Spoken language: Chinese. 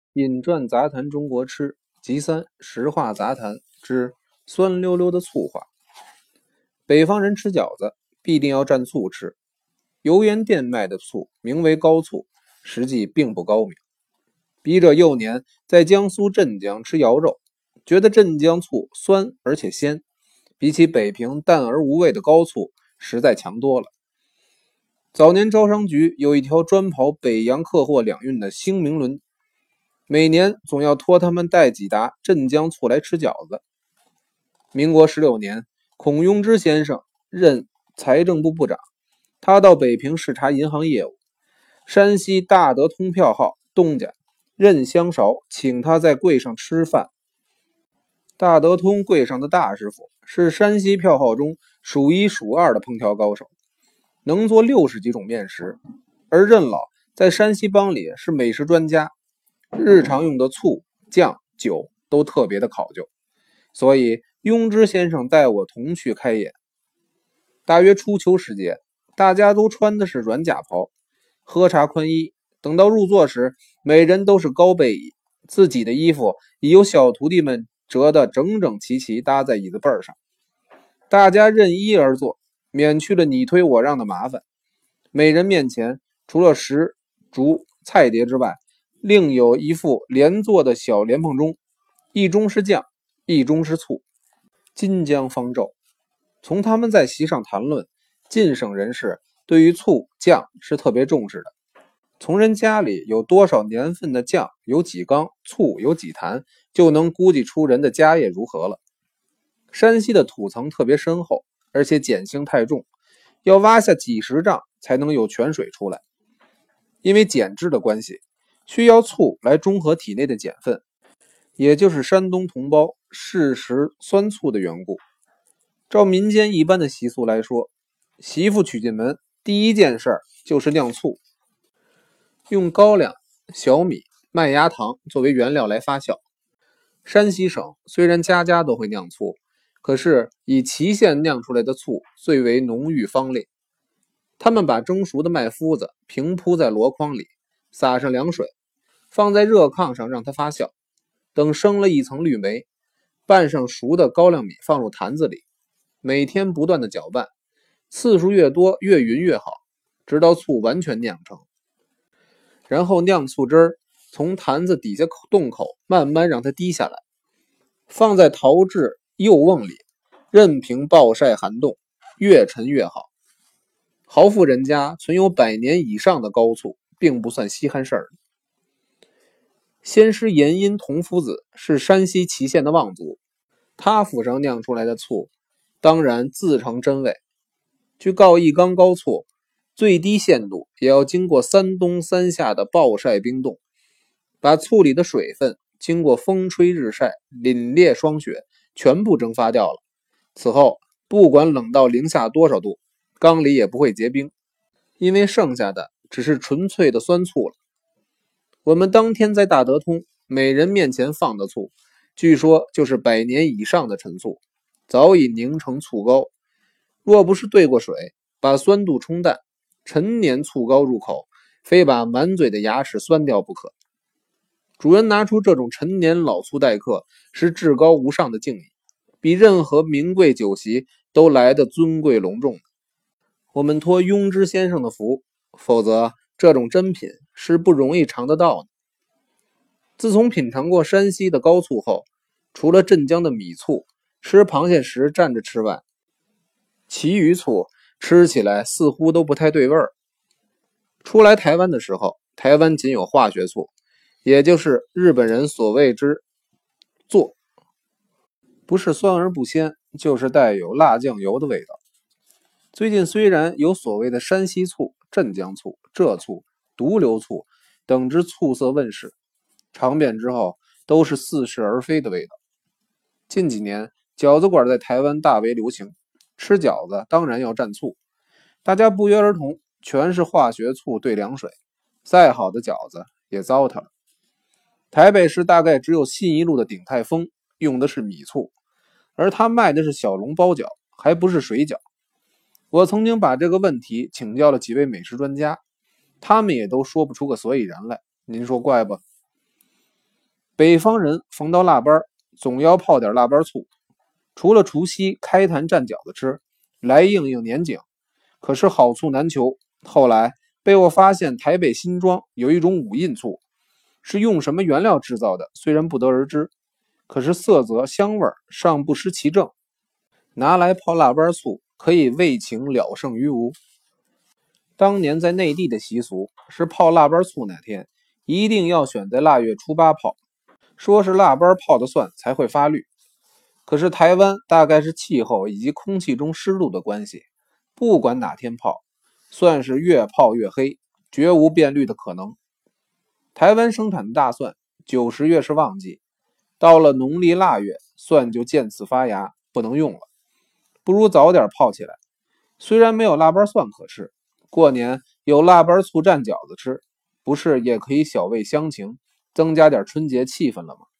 饮馔杂谈中国吃集三实话杂谈之酸溜溜的醋话。北方人吃饺子必定要蘸醋吃，油盐店卖的醋名为高醋，实际并不高明。笔者幼年在江苏镇江吃肴肉，觉得镇江醋酸而且鲜，比起北平淡而无味的高醋实在强多了。早年招商局有一条专跑北洋客货两运的兴明轮，每年总要托他们带几打镇江醋来吃饺子。民国16年，孔庸之先生任财政部部长，他到北平视察银行业务。山西大德通票号东家任香韶请他在柜上吃饭。大德通柜上的大师傅是山西票号中数一数二的烹调高手，能做60几种面食，而任老在山西帮里是美食专家，日常用的醋、酱、酒都特别的考究，所以庸之先生带我同去开演。大约初秋时节，大家都穿的是软甲袍，喝茶宽衣，等到入座时，每人都是高背椅，自己的衣服已由小徒弟们折得整整齐齐搭在椅子背上，大家任一而坐，免去了你推我让的麻烦。每人面前除了食、竹、菜碟之外，另有一副连坐的小莲蓬盅，一盅是酱，一盅是醋，金浆方骤。从他们在席上谈论，晋省人士对于醋酱是特别重视的。从人家里有多少年份的酱有几缸，醋有几坛，就能估计出人的家业如何了。山西的土层特别深厚，而且碱性太重，要挖下几十丈才能有泉水出来。因为碱质的关系，需要醋来中和体内的碱分，也就是山东同胞嗜食酸醋的缘故。照民间一般的习俗来说，媳妇娶进门第一件事就是酿醋，用高粱、小米、麦芽糖作为原料来发酵。山西省虽然家家都会酿醋，可是以祁县酿出来的醋最为浓郁芳烈。他们把蒸熟的麦麸子平铺在箩筐里，撒上凉水，放在热炕上让它发酵，等生了一层绿霉，拌上熟的高粱米放入坛子里，每天不断的搅拌，次数越多越匀越好，直到醋完全酿成。然后酿醋汁儿从坛子底下洞口慢慢让它滴下来，放在陶制釉瓮里，任凭暴晒寒冻，越陈越好。豪富人家存有100年以上的高醋，并不算稀罕事儿。先师严殷同夫子是山西祁县的望族，他府上酿出来的醋当然自成真味。据告一缸高醋最低限度也要经过3冬3夏的暴晒冰冻，把醋里的水分经过风吹日晒、凛冽霜雪全部蒸发掉了。此后不管冷到零下多少度，缸里也不会结冰，因为剩下的只是纯粹的酸醋了。我们当天在大德通每人面前放的醋，据说就是100年以上的陈醋，早已凝成醋膏。若不是兑过水，把酸度冲淡，陈年醋膏入口，非把满嘴的牙齿酸掉不可。主人拿出这种陈年老醋待客，是至高无上的敬意，比任何名贵酒席都来得尊贵隆重。我们托庸之先生的福，否则这种珍品是不容易尝得到的。自从品尝过山西的高醋后，除了镇江的米醋吃螃蟹时蘸着吃外，其余醋吃起来似乎都不太对味儿。初来台湾的时候，台湾仅有化学醋，也就是日本人所谓之唑，不是酸而不鲜，就是带有辣酱油的味道。最近虽然有所谓的山西醋、镇江醋、浙醋、独流醋等之醋色问世，尝遍之后都是似是而非的味道。近几年饺子馆在台湾大为流行，吃饺子当然要蘸醋，大家不约而同全是化学醋兑凉水，再好的饺子也糟蹋了。台北市大概只有信义路的鼎泰丰用的是米醋，而他卖的是小笼包饺，还不是水饺。我曾经把这个问题请教了几位美食专家，他们也都说不出个所以然来，您说怪不？ 北方人逢到腊八总要泡点腊八醋，除了除夕开坛蘸饺子吃，来应应年景。可是好醋难求，后来被我发现台北新庄有一种五印醋，是用什么原料制造的，虽然不得而知，可是色泽香味尚不失其正，拿来泡腊八醋可以味情了胜于无。当年在内地的习俗是泡腊八醋那天一定要选在腊月初8泡，说是腊八泡的蒜才会发绿。可是台湾大概是气候以及空气中湿度的关系，不管哪天泡，蒜是越泡越黑，绝无变绿的可能。台湾生产的大蒜9、10月是旺季，到了农历腊月，蒜就渐次发芽，不能用了，不如早点泡起来。虽然没有腊八蒜可吃，过年有腊八醋蘸饺子吃，不是也可以小慰乡情，增加点春节气氛了吗？